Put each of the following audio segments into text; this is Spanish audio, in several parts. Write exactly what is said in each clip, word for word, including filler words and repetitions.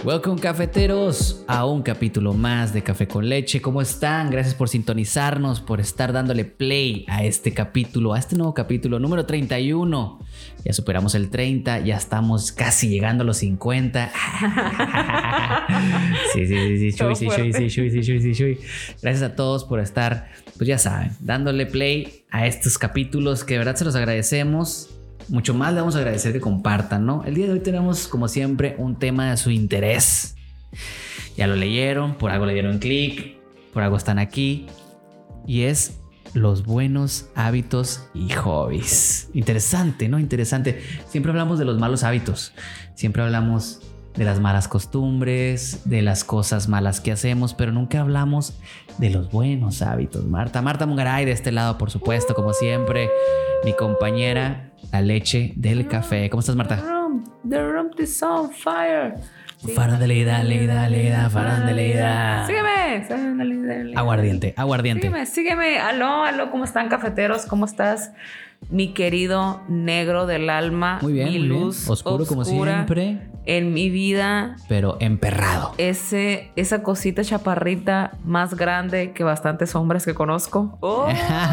Welcome, cafeteros, a un capítulo más de Café con Leche. ¿Cómo están? Gracias por sintonizarnos, por estar dándole play a este capítulo, a este nuevo capítulo número treinta y uno. Ya superamos el treinta, ya estamos casi llegando a los cincuenta. Sí, sí, sí, sí, shui, sí, shui, sí, shui, sí, shui, sí, shui. Gracias a todos por estar, pues ya saben, dándole play a estos capítulos que de verdad se los agradecemos. Mucho más le vamos a agradecer que compartan, ¿no? El día de hoy tenemos, como siempre, un tema de su interés. Ya lo leyeron, por algo le dieron clic, por algo están aquí. Y es los buenos hábitos y hobbies. Interesante, ¿no? Interesante. Siempre hablamos de los malos hábitos. Siempre hablamos de las malas costumbres, de las cosas malas que hacemos, pero nunca hablamos de los buenos hábitos. Marta, Marta Mungaray de este lado, por supuesto, como siempre. Mi compañera, la leche del café. ¿Cómo estás, Marta? The room, the room is on fire. Sí. Farandeleida, leida, leida, farandeleida. Sígueme. Sígueme. Aguardiente, aguardiente. Sígueme, sígueme. Aló, aló, ¿cómo están, cafeteros? ¿Cómo estás, mi querido negro del alma? Muy bien, mi muy luz bien. Oscuro como siempre. En mi vida. Pero emperrado. Ese, esa cosita chaparrita más grande que bastantes hombres que conozco. ¡Oh!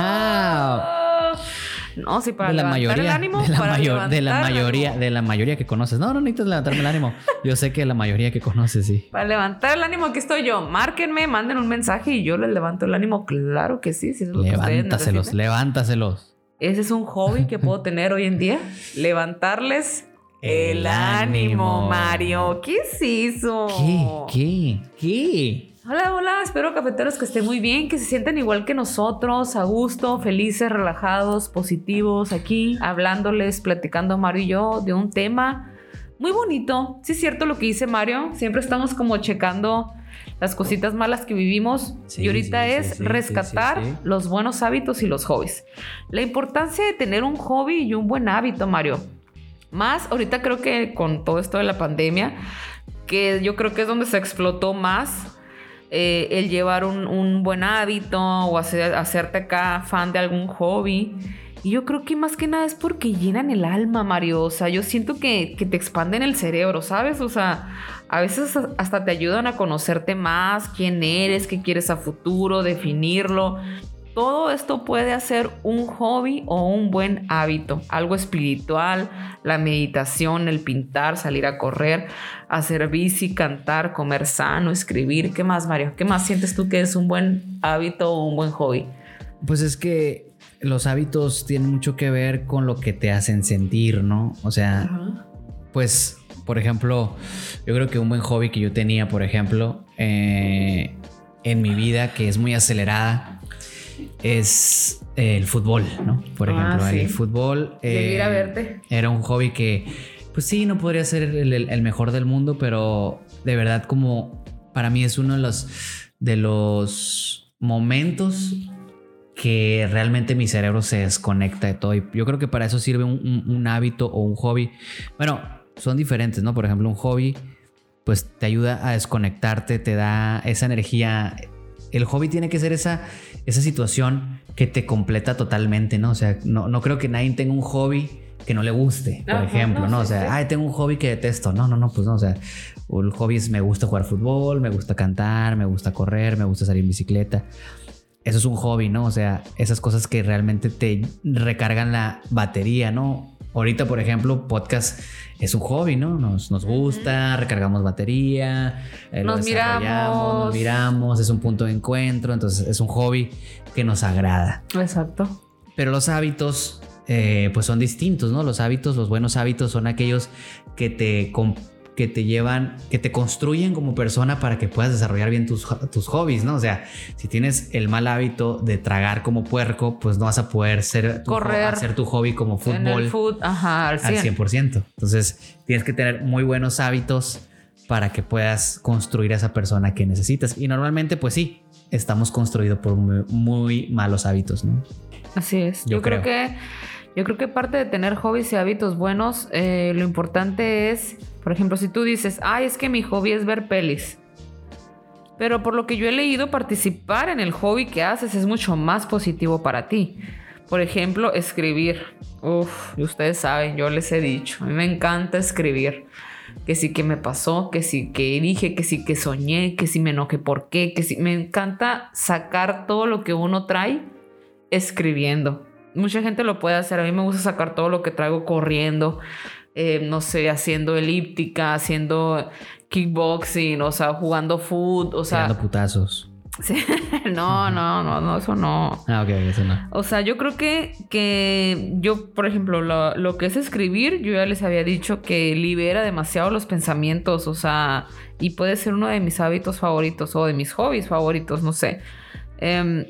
No, sí, para de la levantar mayoría, el ánimo. De la, para mayor, de la mayoría, de la mayoría que conoces. No, no necesitas levantarme el ánimo. Yo sé que la mayoría que conoces, sí. Para levantar el ánimo, aquí estoy yo. Márquenme, manden un mensaje y yo les levanto el ánimo. Claro que sí. Si es lo levántaselos, que levántaselos. Ese es un hobby que puedo tener hoy en día. Levantarles el, el ánimo, ánimo, Mario. ¿Qué es eso? ¿Qué? ¿Qué? ¿Qué? Hola, hola, espero, cafeteros, que estén muy bien, que se sientan igual que nosotros, a gusto, felices, relajados, positivos, aquí, hablándoles, platicando Mario y yo de un tema muy bonito. Sí es cierto lo que dice Mario, siempre estamos como checando las cositas malas que vivimos, sí, y ahorita sí, es sí, sí, rescatar sí, sí, sí. los buenos hábitos y los hobbies. La importancia de tener un hobby y un buen hábito, Mario. Más ahorita creo que con todo esto de la pandemia, que yo creo que es donde se explotó más Eh, el llevar un, un buen hábito o hacer, hacerte acá fan de algún hobby. Y yo creo que más que nada es porque llenan el alma, Mario. O sea, yo siento que, que te expanden el cerebro, ¿sabes? O sea, a veces hasta te ayudan a conocerte más, quién eres, qué quieres a futuro, definirlo. Todo esto puede hacer un hobby o un buen hábito, algo espiritual, la meditación, el pintar, salir a correr, hacer bici, cantar, comer sano, escribir. ¿Qué más, Mario? ¿Qué más sientes tú que es un buen hábito o un buen hobby? Pues es que los hábitos tienen mucho que ver con lo que te hacen sentir, ¿no? O sea, uh-huh. pues, por ejemplo, yo creo que un buen hobby que yo tenía, por ejemplo, eh, en mi vida, que es muy acelerada, es el fútbol, ¿no? Por ejemplo, ah, sí. el fútbol eh, ir a verte. Era un hobby que, pues sí, no podría ser el, el, el mejor del mundo, pero de verdad como para mí es uno de los, de los momentos que realmente mi cerebro se desconecta de todo. Y yo creo que para eso sirve un, un, un hábito o un hobby. Bueno, son diferentes, ¿no? Por ejemplo, un hobby pues te ayuda a desconectarte, te da esa energía. El hobby tiene que ser esa, esa situación que te completa totalmente, ¿no? O sea, no, no creo que nadie tenga un hobby que no le guste, por Ajá, ejemplo, ¿no? ¿no? O sea, sí, sí. ay, tengo un hobby que detesto. No, no, no, pues no, o sea, el hobby es me gusta jugar fútbol, me gusta cantar, me gusta correr, me gusta salir en bicicleta. Eso es un hobby, ¿no? O sea, esas cosas que realmente te recargan la batería, ¿no? Ahorita, por ejemplo, podcast es un hobby, ¿no? Nos, nos gusta, uh-huh. recargamos batería, eh, nos lo miramos. nos miramos, es un punto de encuentro, entonces es un hobby que nos agrada. Exacto. Pero los hábitos, eh, pues son distintos, ¿no? Los hábitos, los buenos hábitos son aquellos que te, que te llevan, que te construyen como persona para que puedas desarrollar bien tus, tus hobbies, ¿no? O sea, si tienes el mal hábito de tragar como puerco, pues no vas a poder ser tu, correr, hacer tu hobby como fútbol en el food, ajá, al, al cien por ciento. Entonces, tienes que tener muy buenos hábitos para que puedas construir a esa persona que necesitas. Y normalmente, pues sí, estamos construidos por muy, muy malos hábitos, ¿no? Así es. Yo, Yo creo. creo que Yo creo que parte de tener hobbies y hábitos buenos, eh, lo importante es, por ejemplo, si tú dices, ay, es que mi hobby es ver pelis. Pero por lo que yo he leído, participar en el hobby que haces es mucho más positivo para ti. Por ejemplo, escribir. Uf, y ustedes saben, yo les he dicho, a mí me encanta escribir. que sí que me pasó, que sí que dije, que sí que soñé, que sí me enojé por qué, que sí. Me encanta sacar todo lo que uno trae escribiendo. Mucha gente lo puede hacer. A mí me gusta sacar todo lo que traigo corriendo, eh, no sé, haciendo elíptica, haciendo kickboxing, o sea, jugando foot, o sea... Tirando putazos. Sí. No, no, no, no, eso no. Ah, ok, eso no. O sea, yo creo que, que yo, por ejemplo, lo, lo que es escribir, yo ya les había dicho que libera demasiado los pensamientos, o sea, y puede ser uno de mis hábitos favoritos o de mis hobbies favoritos, no sé. Eh,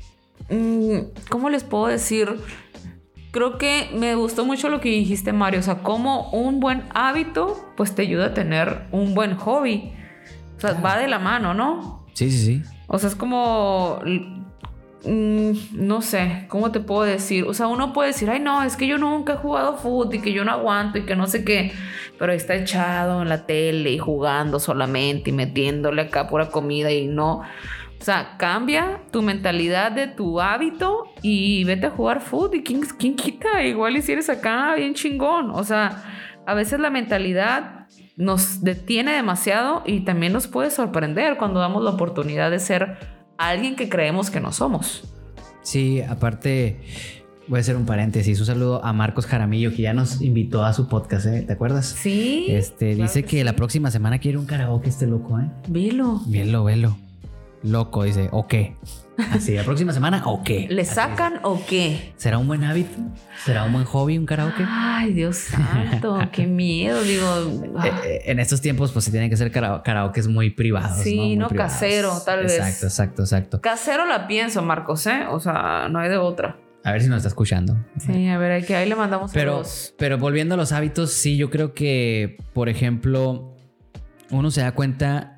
¿Cómo les puedo decir? Creo que me gustó mucho lo que dijiste, Mario. O sea, como un buen hábito, pues te ayuda a tener un buen hobby. O sea, va de la mano, ¿no? Sí, sí, sí. O sea, es como... Mmm, no sé, ¿cómo te puedo decir? O sea, uno puede decir, ay, no, es que yo nunca he jugado fútbol y que yo no aguanto y que no sé qué. Pero ahí está echado en la tele y jugando solamente y metiéndole acá pura comida y no... O sea, cambia tu mentalidad de tu hábito y vete a jugar fútbol. ¿Y quién, quién quita? Igual y si eres acá bien chingón. O sea, a veces la mentalidad nos detiene demasiado y también nos puede sorprender cuando damos la oportunidad de ser alguien que creemos que no somos. Sí, aparte, voy a hacer un paréntesis. Un saludo a Marcos Jaramillo, que ya nos invitó a su podcast, ¿eh? ¿Te acuerdas? Sí. Este, claro dice que que sí. la próxima semana quiere un karaoke este loco, ¿eh? Velo. Velo, velo. Loco, dice, ¿o qué? Así, la próxima semana, ¿o qué? ¿Le Así sacan dice. o qué? ¿Será un buen hábito? ¿Será un buen hobby un karaoke? Ay, Dios santo, qué miedo, digo. Eh, eh, en estos tiempos, pues se tienen que hacer kara- karaokes muy privados. Sí, no, muy no privados. casero, tal vez. Exacto, exacto, exacto. Casero la pienso, Marcos, ¿eh? O sea, no hay de otra. A ver si nos está escuchando. Sí, a ver, hay que ahí le mandamos Pero, saludos. pero volviendo a los hábitos, sí, yo creo que, por ejemplo, uno se da cuenta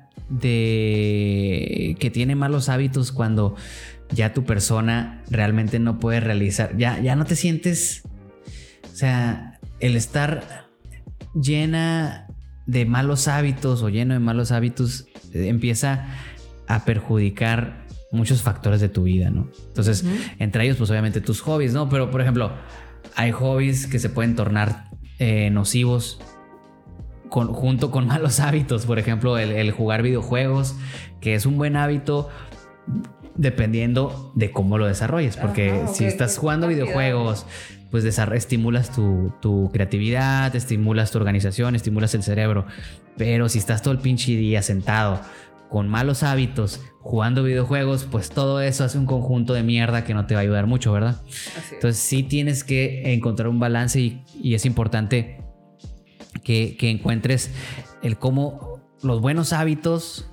de que tiene malos hábitos cuando ya tu persona realmente no puede realizar, ya, ya no te sientes, o sea, el estar llena de malos hábitos o lleno de malos hábitos eh, empieza a perjudicar muchos factores de tu vida, ¿no? Entonces, uh-huh. entre ellos, pues obviamente tus hobbies, ¿no? Pero, por ejemplo, hay hobbies que se pueden tornar eh, nocivos Con, junto con malos hábitos. Por ejemplo, el, el jugar videojuegos, que es un buen hábito dependiendo de cómo lo desarrolles, porque Ajá, okay, si estás jugando videojuegos, pues desarroll- estimulas tu, tu creatividad, estimulas tu organización, estimulas el cerebro. Pero si estás todo el pinche día sentado con malos hábitos jugando videojuegos, pues todo eso hace un conjunto de mierda que no te va a ayudar mucho, ¿verdad? Así Entonces sí tienes que encontrar un balance y, y es importante Que, que encuentres el cómo los buenos hábitos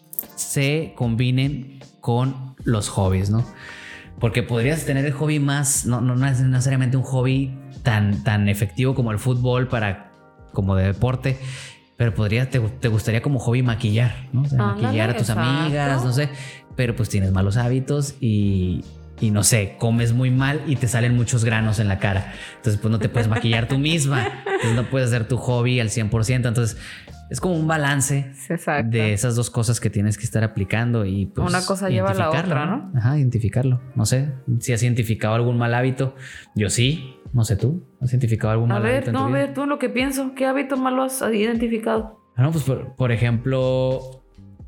se combinen con los hobbies, ¿no? Porque podrías tener el hobby más, no, no, no es necesariamente un hobby tan, tan efectivo como el fútbol para, como de deporte, pero podría, te, te gustaría como hobby maquillar, ¿no? O sea, ah, maquillar dale, a tus exacto. amigas, no sé, pero pues tienes malos hábitos y... Y no sé, comes muy mal y te salen muchos granos en la cara. Entonces, pues no te puedes maquillar tú misma. Entonces, no puedes hacer tu hobby al cien por ciento. Entonces, es como un balance Exacto. de esas dos cosas que tienes que estar aplicando. Y pues, una cosa lleva a la otra, ¿no? Ajá, identificarlo. No sé si has identificado algún mal hábito. Yo sí. No sé tú. ¿Has identificado algún a mal ver, hábito? No, en tu a vida? ver, tú lo que pienso. ¿Qué hábito malo has identificado? Ah, no, pues por, por ejemplo,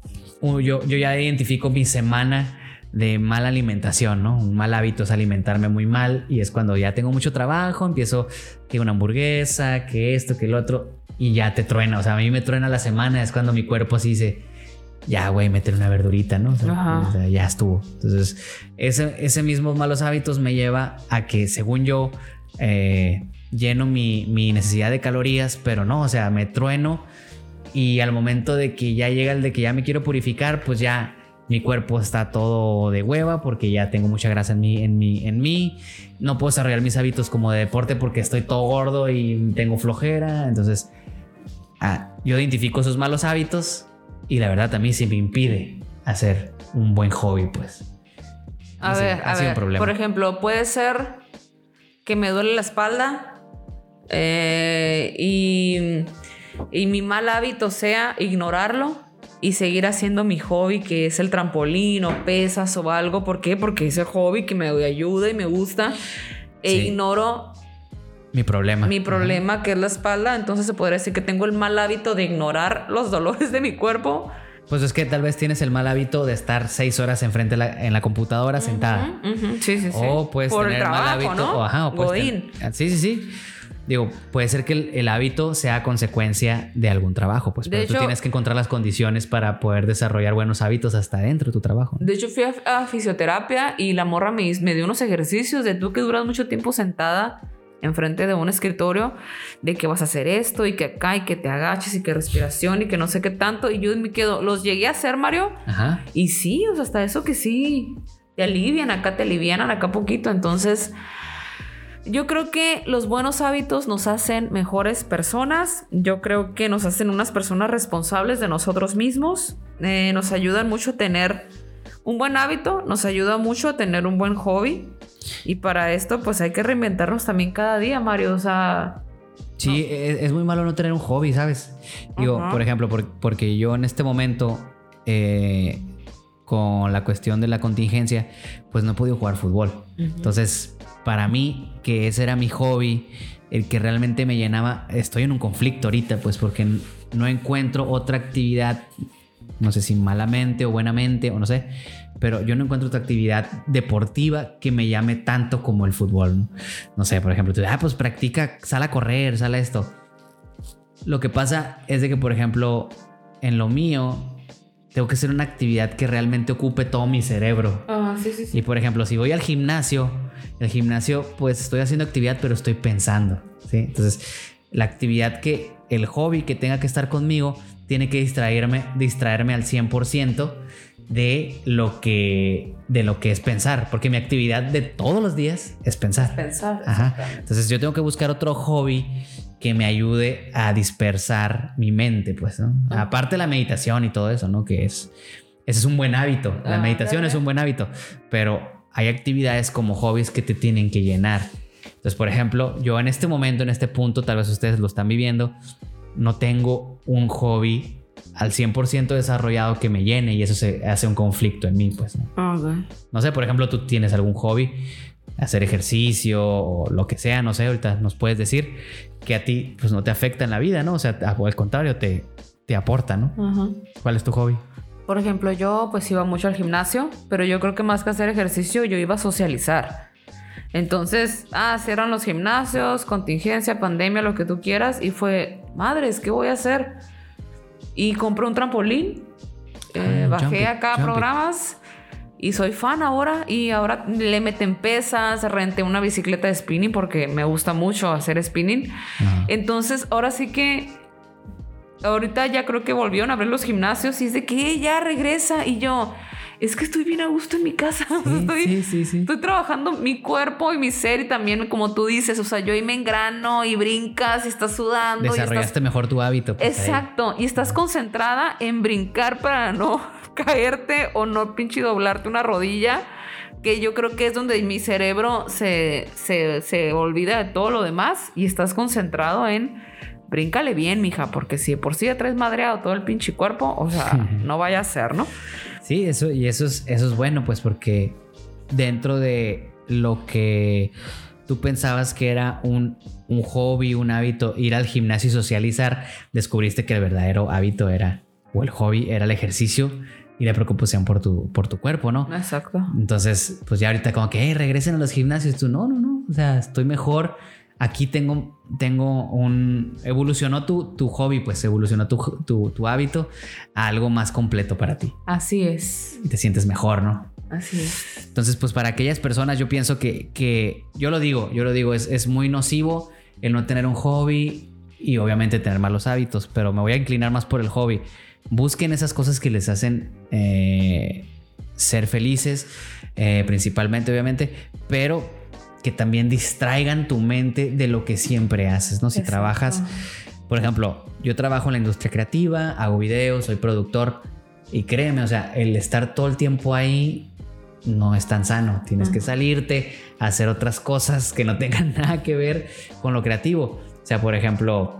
yo, yo ya identifico mi semana de mala alimentación, ¿no? Un mal hábito es alimentarme muy mal y es cuando ya tengo mucho trabajo, empiezo que una hamburguesa, que esto, que el otro y ya te truena, o sea, a mí me truena la semana, es cuando mi cuerpo así dice, ya güey, métele una verdurita, ¿no? O sea, o sea, ya estuvo. Entonces, ese, ese mismos malos hábitos me lleva a que, según yo, eh, lleno mi, mi necesidad de calorías, pero no, o sea, me trueno y al momento de que ya llega el de que ya me quiero purificar, pues ya mi cuerpo está todo de hueva porque ya tengo mucha grasa en mí, en mí, en mí. No puedo desarrollar mis hábitos como de deporte porque estoy todo gordo y tengo flojera. Entonces, ah, yo identifico esos malos hábitos y la verdad también sí me impide hacer un buen hobby, pues. A ver, a ver, por ejemplo, puede ser que me duele la espalda eh, y, y mi mal hábito sea ignorarlo y seguir haciendo mi hobby, que es el trampolín o pesas o algo. ¿Por qué? Porque es el hobby que me ayuda y me gusta. E sí. ignoro Mi problema. Mi problema, uh-huh. que es la espalda. Entonces se podría decir que tengo el mal hábito de ignorar los dolores de mi cuerpo. Pues es que tal vez tienes el mal hábito de estar seis horas enfrente de la, en la computadora uh-huh, sentada. Uh-huh. Sí, sí, sí. O puedes Por tener el trabajo, mal hábito. ¿no? O, ajá, o Godín. Ten, sí, sí, sí. Digo, puede ser que el, el hábito sea consecuencia de algún trabajo, pues. De pero hecho, tú tienes que encontrar las condiciones para poder desarrollar buenos hábitos hasta dentro de tu trabajo, ¿no? De hecho, fui a, a fisioterapia y la morra me, me dio unos ejercicios de tú que duras mucho tiempo sentada enfrente de un escritorio, de que vas a hacer esto y que acá y que te agaches y que respiración y que no sé qué tanto. Y yo me quedo, los llegué a hacer, Mario. Ajá. Y sí, o sea, hasta eso que sí, te alivian, acá te alivianan, acá poquito. Entonces, yo creo que los buenos hábitos nos hacen mejores personas. Yo creo que nos hacen unas personas responsables de nosotros mismos. Eh, nos ayudan mucho a tener un buen hábito, nos ayuda mucho a tener un buen hobby. Y para esto, pues hay que reinventarnos también cada día, Mario. O sea... Sí, no. es, es muy malo no tener un hobby, ¿sabes? Digo, uh-huh. por ejemplo, por, porque yo en este momento... Eh, con la cuestión de la contingencia, pues no he podido jugar fútbol. Uh-huh. Entonces, para mí, que ese era mi hobby, el que realmente me llenaba, estoy en un conflicto ahorita, pues porque no encuentro otra actividad, no sé si malamente o buenamente, o no sé, pero yo no encuentro otra actividad deportiva que me llame tanto como el fútbol, ¿no? No sé, por ejemplo, tú dices, ah, pues practica, sal a correr, sal a esto. Lo que pasa es de que, por ejemplo, en lo mío... tengo que hacer una actividad que realmente ocupe todo mi cerebro. Uh, sí, sí, sí. Y por ejemplo, si voy al gimnasio, el gimnasio, pues estoy haciendo actividad, pero estoy pensando, ¿sí? Entonces, la actividad que, el hobby que tenga que estar conmigo, tiene que distraerme, distraerme al cien por ciento de lo que, de lo que es pensar. Porque mi actividad de todos los días es pensar. Pensar. Ajá. Entonces, yo tengo que buscar otro hobby que me ayude a dispersar mi mente, pues, ¿no? Uh-huh. Aparte de la meditación y todo eso, ¿no? Que es... Ese es un buen hábito. La uh, meditación okay. es un buen hábito. Pero hay actividades como hobbies que te tienen que llenar. Entonces, por ejemplo, yo en este momento, en este punto, tal vez ustedes lo están viviendo, no tengo un hobby al cien por ciento desarrollado que me llene y eso se hace un conflicto en mí, pues, ¿no? Okay. No sé, por ejemplo, tú tienes algún hobby, hacer ejercicio o lo que sea, no sé, ahorita nos puedes decir que a ti pues no te afecta en la vida, ¿no? O sea, al contrario, te, te aporta, ¿no? Uh-huh. ¿Cuál es tu hobby? Por ejemplo, yo pues iba mucho al gimnasio, pero yo creo que más que hacer ejercicio, yo iba a socializar. Entonces, ah, cierran los gimnasios, contingencia, pandemia, lo que tú quieras, y fue, madres, ¿qué voy a hacer? Y compré un trampolín, eh, ah, bajé jumpy, acá jumpy. programas... Y soy fan ahora y ahora le meten pesas, renté una bicicleta de spinning porque me gusta mucho hacer spinning. Uh-huh. Entonces, ahora sí que ahorita ya creo que volvieron a abrir los gimnasios y es de que ya regresa. Y yo, es que estoy bien a gusto en mi casa. Sí, estoy, sí, sí, sí. estoy trabajando mi cuerpo y mi ser y también, como tú dices, o sea, yo ahí me engrano y brincas y estás sudando. Desarrollaste y estás... mejor tu hábito. Pues, exacto. Ahí. Y estás concentrada en brincar para no... caerte o no pinche doblarte una rodilla, que yo creo que es donde mi cerebro se, se, se olvida de todo lo demás y estás concentrado en bríncale bien, mija, porque si por sí ya traes madreado todo el pinche cuerpo, o sea, no vaya a ser, ¿no? Sí, eso, y eso es, eso es bueno, pues porque dentro de lo que tú pensabas que era un, un hobby, un hábito, ir al gimnasio y socializar, descubriste que el verdadero hábito era, o el hobby era el ejercicio y la preocupación por tu, por tu cuerpo, ¿no? Exacto. Entonces, pues ya ahorita como que, hey, regresen a los gimnasios. Tú, no, no, no. O sea, estoy mejor. Aquí tengo, tengo un... Evolucionó tu, tu hobby, pues evolucionó tu, tu, tu hábito a algo más completo para ti. Así es. Y te sientes mejor, ¿no? Así es. Entonces, pues para aquellas personas yo pienso que... que yo lo digo, yo lo digo, es, es muy nocivo el no tener un hobby y obviamente tener malos hábitos, pero me voy a inclinar más por el hobby. Busquen esas cosas que les hacen eh, ser felices, eh, principalmente, obviamente, pero que también distraigan tu mente de lo que siempre haces, ¿no? Si Exacto. trabajas, por ejemplo, yo trabajo en la industria creativa, hago videos, soy productor y créeme, o sea, el estar todo el tiempo ahí no es tan sano. Tienes uh-huh. que salirte a hacer otras cosas que no tengan nada que ver con lo creativo. O sea, por ejemplo...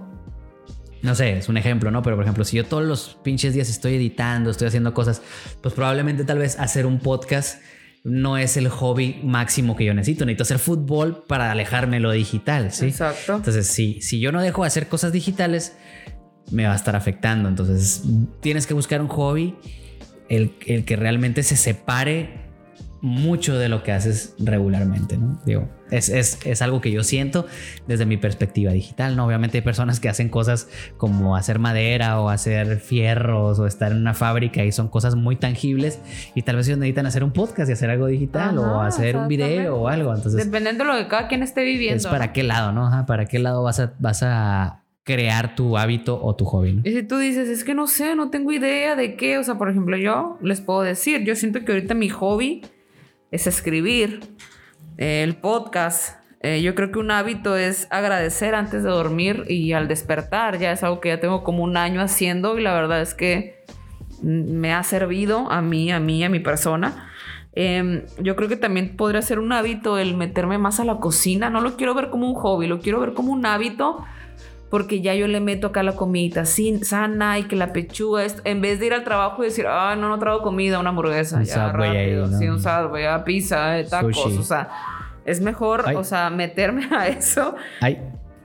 No sé, es un ejemplo, ¿no? Pero por ejemplo, si yo todos los pinches días estoy editando, estoy haciendo cosas, pues probablemente tal vez hacer un podcast no es el hobby máximo que yo necesito. Necesito hacer fútbol para alejarme de lo digital, ¿sí? Exacto. Entonces, si, si yo no dejo de hacer cosas digitales, me va a estar afectando. Entonces, tienes que buscar un hobby, el, el que realmente se separe mucho de lo que haces regularmente, ¿no? Digo, es, es, es algo que yo siento desde mi perspectiva digital, ¿no? Obviamente hay personas que hacen cosas como hacer madera o hacer fierros o estar en una fábrica y son cosas muy tangibles y tal vez ellos necesitan hacer un podcast y hacer algo digital. Ajá, o hacer un video o algo. Entonces, dependiendo de lo que cada quien esté viviendo. Es para qué lado, ¿no? Ajá, para qué lado vas a, vas a crear tu hábito o tu hobby, ¿no? Y si tú dices, es que no sé, no tengo idea de qué, o sea, por ejemplo, yo les puedo decir, yo siento que ahorita mi hobby es escribir, eh, el podcast. Eh, yo creo que un hábito es agradecer antes de dormir y al despertar. Ya es algo que ya tengo como un año haciendo y la verdad es que me ha servido a mí, a mí, a mi persona. Eh, yo creo que también podría ser un hábito el meterme más a la cocina. No lo quiero ver como un hobby, lo quiero ver como un hábito. Porque ya yo le meto acá la comida sin, sana y que la pechuga... Es, en vez de ir al trabajo y decir, ah, no, no traigo comida, una hamburguesa. Un ya, Subway rápido. ahí, ¿no? Sí, un Subway, ah, pizza, eh, tacos. Sushi. O sea, es mejor, Ay. o sea, meterme a eso. Ay.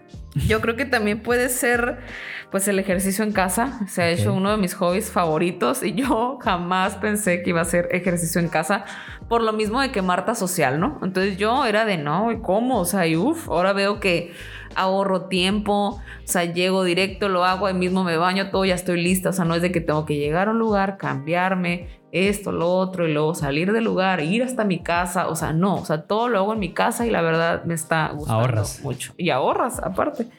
Yo creo que también puede ser, pues, el ejercicio en casa. Se ha Okay. hecho uno de mis hobbies favoritos y yo jamás pensé que iba a ser ejercicio en casa por lo mismo de que Marta social, ¿no? Entonces yo era de, no, ¿y cómo? O sea, y uff, ahora veo que ahorro tiempo, o sea, llego directo, lo hago, ahí mismo me baño, todo, ya estoy lista. O sea, no es de que tengo que llegar a un lugar, cambiarme, esto, lo otro, y luego salir del lugar, ir hasta mi casa. O sea, no, o sea, todo lo hago en mi casa y la verdad me está gustando Ahorras. mucho. Y ahorras, aparte.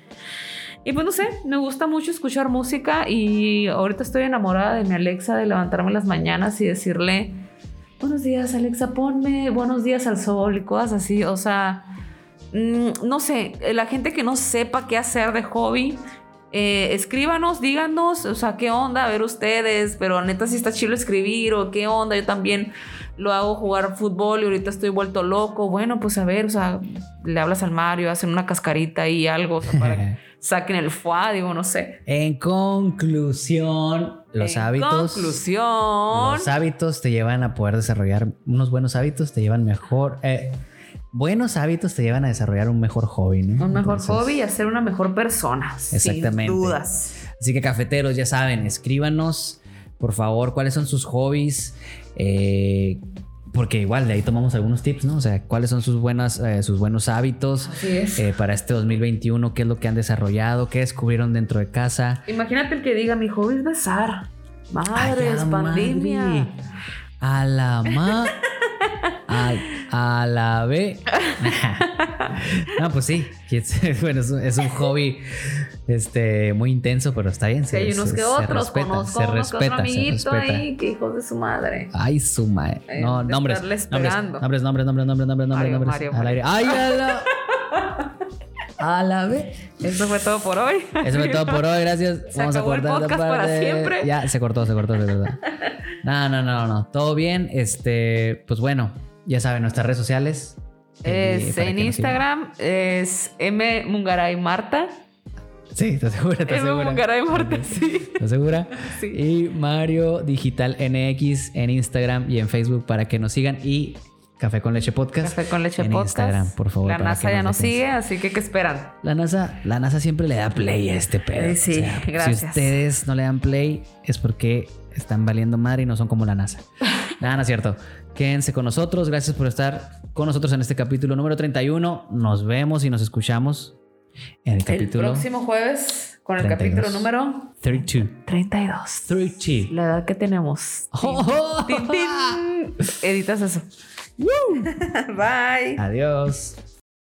Y pues no sé, me gusta mucho escuchar música y ahorita estoy enamorada de mi Alexa, de levantarme en las mañanas y decirle, buenos días, Alexa, ponme Buenos Días al Sol y cosas así. O sea, mmm, no sé, la gente que no sepa qué hacer de hobby, eh, escríbanos, díganos, o sea, qué onda, a ver ustedes, pero neta si está chido escribir o qué onda. Yo también lo hago, jugar fútbol y ahorita estoy vuelto loco. Bueno, pues a ver, o sea, le hablas al Mario, hacen una cascarita y algo, o sea, para que saquen el foie, digo, no sé. En conclusión, los en hábitos. conclusión. Los hábitos te llevan a poder desarrollar unos buenos hábitos, te llevan mejor. Eh, buenos hábitos te llevan a desarrollar un mejor hobby, ¿no? Un mejor Entonces, hobby y a ser una mejor persona. Exactamente. Sin dudas. Así que cafeteros, ya saben, escríbanos, por favor, cuáles son sus hobbies. Eh, porque igual de ahí tomamos algunos tips, ¿no? O sea, cuáles son sus buenas, eh, sus buenos hábitos. Así es. Eh, para este dos mil veintiuno, qué es lo que han desarrollado, qué descubrieron dentro de casa. Imagínate el que diga, mi hobby es besar. Madres, Ay, a pandemia. madre. A la ma. A, a la B. No, pues sí. Bueno, es un, es un hobby este, muy intenso, pero está bien. Sí, hay unos se, que se otros. respeta, Conozco se uno que respeta, otro se amiguito respeta. ahí, que hijos de su madre. Ay, su madre. Eh, No, de nombres. estarles Nombres, pegando. nombres, nombres, nombres, nombres, nombres, nombres, Mario, nombres. Mario, Al Mario. aire. Ay, a la. A la B. Eso fue todo por hoy. Eso fue todo por hoy, gracias. Se Vamos a acabó el cortar esta podcast para parte. siempre. Ya, se cortó, se cortó, se cortó. No, no, no, no. Todo bien. Este, pues bueno, ya saben, nuestras redes sociales. eh, Es, para en que nos sigan. Instagram es M Mungaray Marta. Sí, ¿estás segura? ¿Estás M segura? Mungaray Marta, Ok. sí. ¿Estás segura? Sí. Y Mario Digital N X en Instagram y en Facebook para que nos sigan. Y Café con Leche Podcast. Café con Leche en Podcast. Instagram, por favor. La para NASA que ya nos dejen- sigue, así que ¿qué esperan? La NASA, la NASA siempre le da play a este pedo. Eh, sí, gracias. Si ustedes no le dan play es porque están valiendo madre y no son como la NASA. Nada, no es cierto. Quédense con nosotros. Gracias por estar con nosotros en este capítulo número treinta y uno. Nos vemos y nos escuchamos en el capítulo El próximo jueves con el treinta y dos. capítulo número treinta y dos. treinta y dos. treinta y dos. La edad que tenemos. Oh, oh, Tin, tin. Editas eso. Bye. Adiós.